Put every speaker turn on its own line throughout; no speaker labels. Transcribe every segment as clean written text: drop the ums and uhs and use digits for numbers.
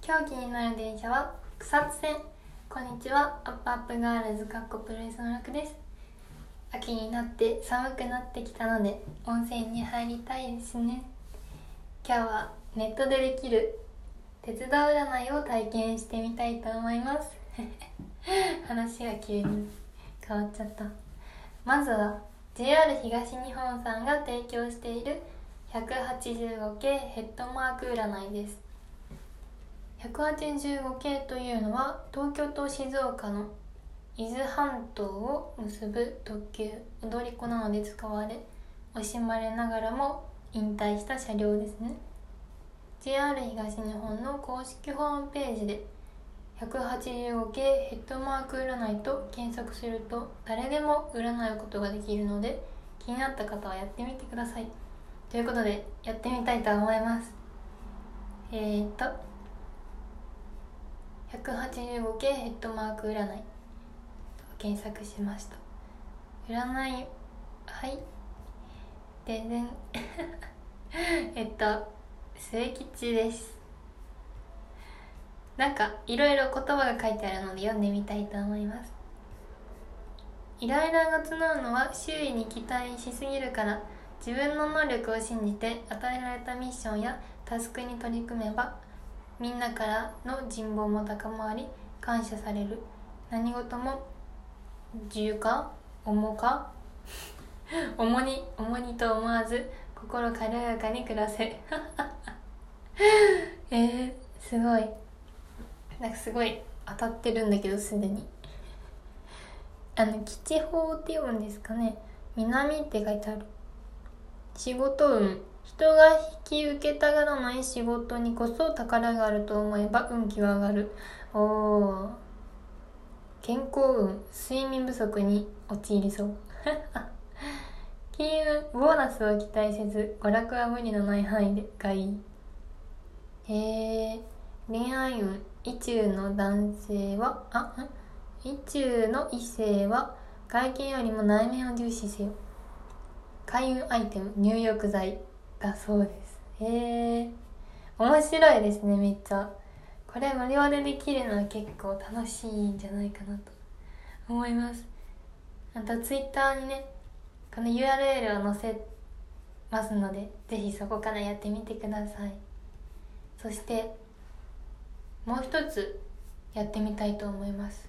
今日気になる電車は草津線。こんにちは、アップアップガールズプロレスの楽です。秋になって寒くなってきたので温泉に入りたいですね。今日はネットでできる鉄道占いを体験してみたいと思います話が急に変わっちゃった。まずは JR 東日本さんが提供している185系ヘッドマーク占いです。185系というのは東京と静岡の伊豆半島を結ぶ特急踊り子なので使われ、惜しまれながらも引退した車両ですね。 JR 東日本の公式ホームページで185系ヘッドマーク占いと検索すると誰でも占うことができるので、気になった方はやってみてください。ということでやってみたいと思います。185系ヘッドマーク占いと検索しました。占い、はいででん末吉です。なんかいろいろ言葉が書いてあるので読んでみたいと思います。イライラが募るのは周囲に期待しすぎるから、自分の能力を信じて与えられたミッションやタスクに取り組めば、みんなからの人望も高まり感謝される。何事も重か重か重にと思わず心軽やかに暮らせすごい、なんかすごい当たってるんだけど、すでに吉報って読むんですかね。南って書いてある。仕事運、人が引き受けたがらない仕事にこそ宝があると思えば運気は上がる。健康運、睡眠不足に陥りそう金運、ボーナスを期待せず娯楽は無理のない範囲でがいい。恋愛運、意中の異性は外見よりも内面を重視せよ。開運アイテム、入浴剤だそうです。面白いですね。めっちゃこれ無料でできるのは結構楽しいんじゃないかなと思います。あとツイッターにね、この URL を載せますので、ぜひそこからやってみてください。そしてもう一つやってみたいと思います。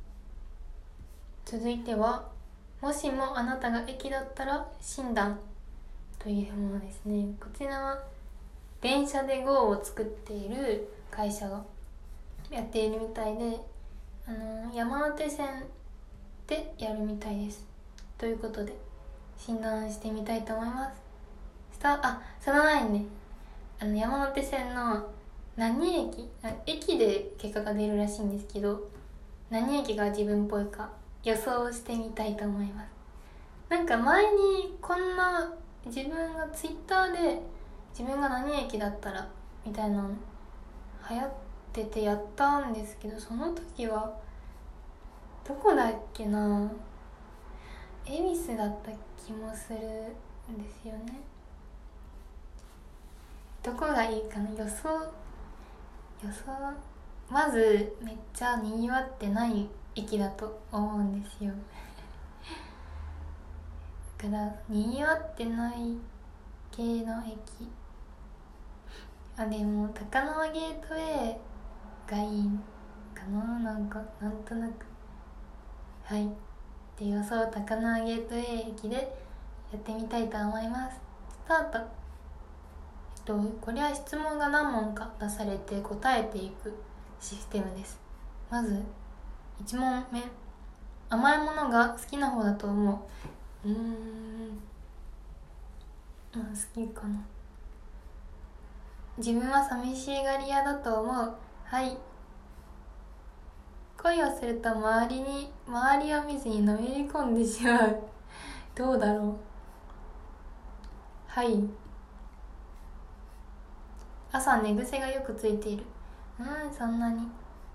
続いては、もしもあなたが駅だったら診断というものですね。こちらは電車で GO を作っている会社がやっているみたいで、山手線でやるみたいです。ということで診断してみたいと思います。その前にね、山手線の何駅で結果が出るらしいんですけど、何駅が自分っぽいか予想してみたいと思います。なんか前にこんな自分がツイッターで自分が何駅だったらみたいなの流行っててやったんですけど、その時はどこだっけな、恵比寿だった気もするんですよね。どこがいいかな、予想まずめっちゃにぎわってない駅だと思うんですよだからにぎわってない系の駅、でも高輪ゲートウェイがいいかな。なんとなく、はいで予想高輪ゲートウェイ駅でやってみたいと思います。スタート。これは質問が何問か出されて答えていくシステムです。まず1問目、甘いものが好きな方だと思う。好きかな。自分は寂しがり屋だと思う。はい。恋をすると周りを見ずにのめり込んでしまう。どうだろう。はい。朝寝癖がよくついている。そんなに。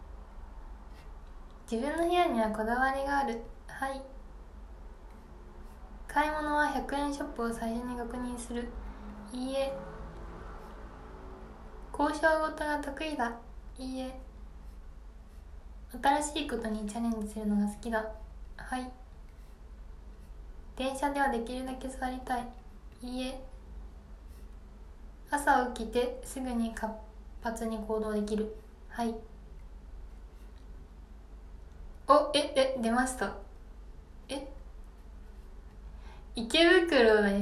自分の部屋にはこだわりがある。はい。買い物は100円ショップを最初に確認する。いいえ。交渉事が得意だ。 いいえ。新しいことにチャレンジするのが好きだ。はい。電車ではできるだけ座りたい。いいえ。朝起きてすぐに活発に行動できる。はい。出ました。池袋です。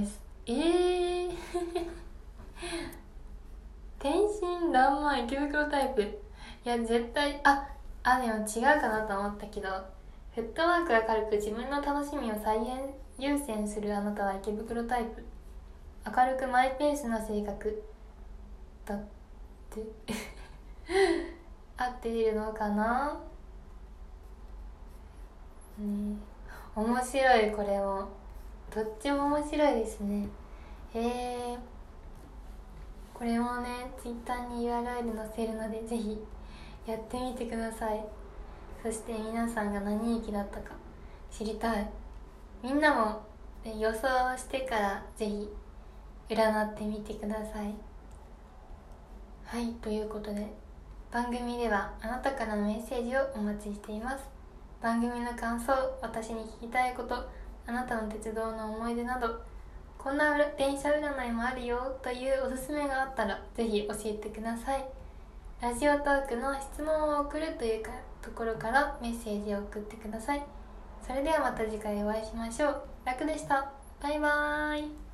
天真爛漫池袋タイプ。いや絶対でも違うかなと思ったけど、フットワークが軽く自分の楽しみを最優先するあなたは池袋タイプ。明るくマイペースな性格だって合っているのかなね。面白い。これもどっちも面白いですね。これもね、ツイッターに URL 載せるのでぜひやってみてください。そして皆さんが何駅だったか知りたい。みんなも予想してからぜひ占ってみてください。はい、ということで番組ではあなたからのメッセージをお待ちしています。番組の感想、私に聞きたいこと、あなたの鉄道の思い出など、こんな電車占いもあるよというおすすめがあったらぜひ教えてください。ラジオトークの質問を送るというところからメッセージを送ってください。それではまた次回お会いしましょう。楽でした。バイバーイ。